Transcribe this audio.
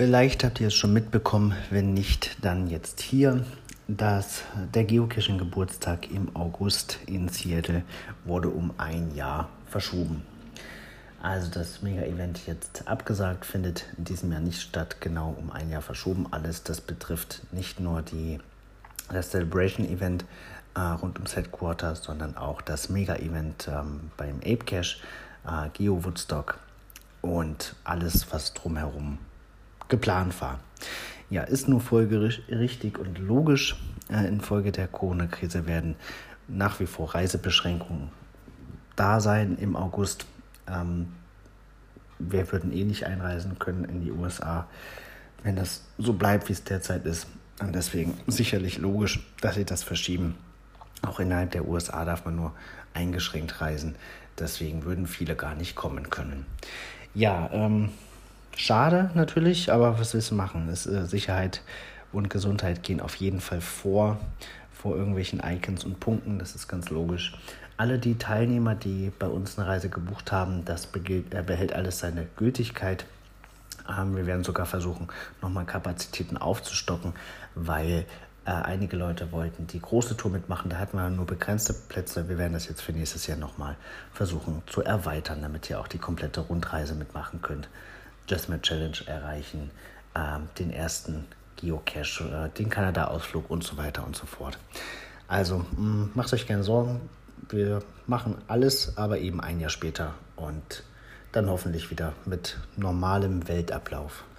Vielleicht habt ihr es schon mitbekommen, wenn nicht, dann jetzt hier, dass der Geocaching-Geburtstag im August in Seattle wurde um ein Jahr verschoben. Also das Mega-Event jetzt abgesagt, findet in diesem Jahr nicht statt, genau um ein Jahr verschoben. Alles, das betrifft nicht nur das Celebration-Event rund ums Headquarter, sondern auch das Mega-Event beim Ape Cache, Geo Woodstock und alles, was drumherum geplant war. Ja, ist nur folgerichtig und logisch. Infolge der Corona-Krise werden nach wie vor Reisebeschränkungen da sein im August. Wir würden nicht einreisen können in die USA, wenn das so bleibt, wie es derzeit ist. Und deswegen sicherlich logisch, dass sie das verschieben. Auch innerhalb der USA darf man nur eingeschränkt reisen. Deswegen würden viele gar nicht kommen können. Ja, schade natürlich, aber was willst du machen? Sicherheit und Gesundheit gehen auf jeden Fall vor irgendwelchen Icons und Punkten, das ist ganz logisch. Alle die Teilnehmer, die bei uns eine Reise gebucht haben, das behält alles seine Gültigkeit. Wir werden sogar versuchen, nochmal Kapazitäten aufzustocken, weil einige Leute wollten die große Tour mitmachen. Da hatten wir nur begrenzte Plätze. Wir werden das jetzt für nächstes Jahr nochmal versuchen zu erweitern, damit ihr auch die komplette Rundreise mitmachen könnt. Just Challenge erreichen, den ersten Geocache, den Kanada-Ausflug und so weiter und so fort. Also macht euch keine Sorgen. Wir machen alles, aber eben ein Jahr später und dann hoffentlich wieder mit normalem Weltablauf.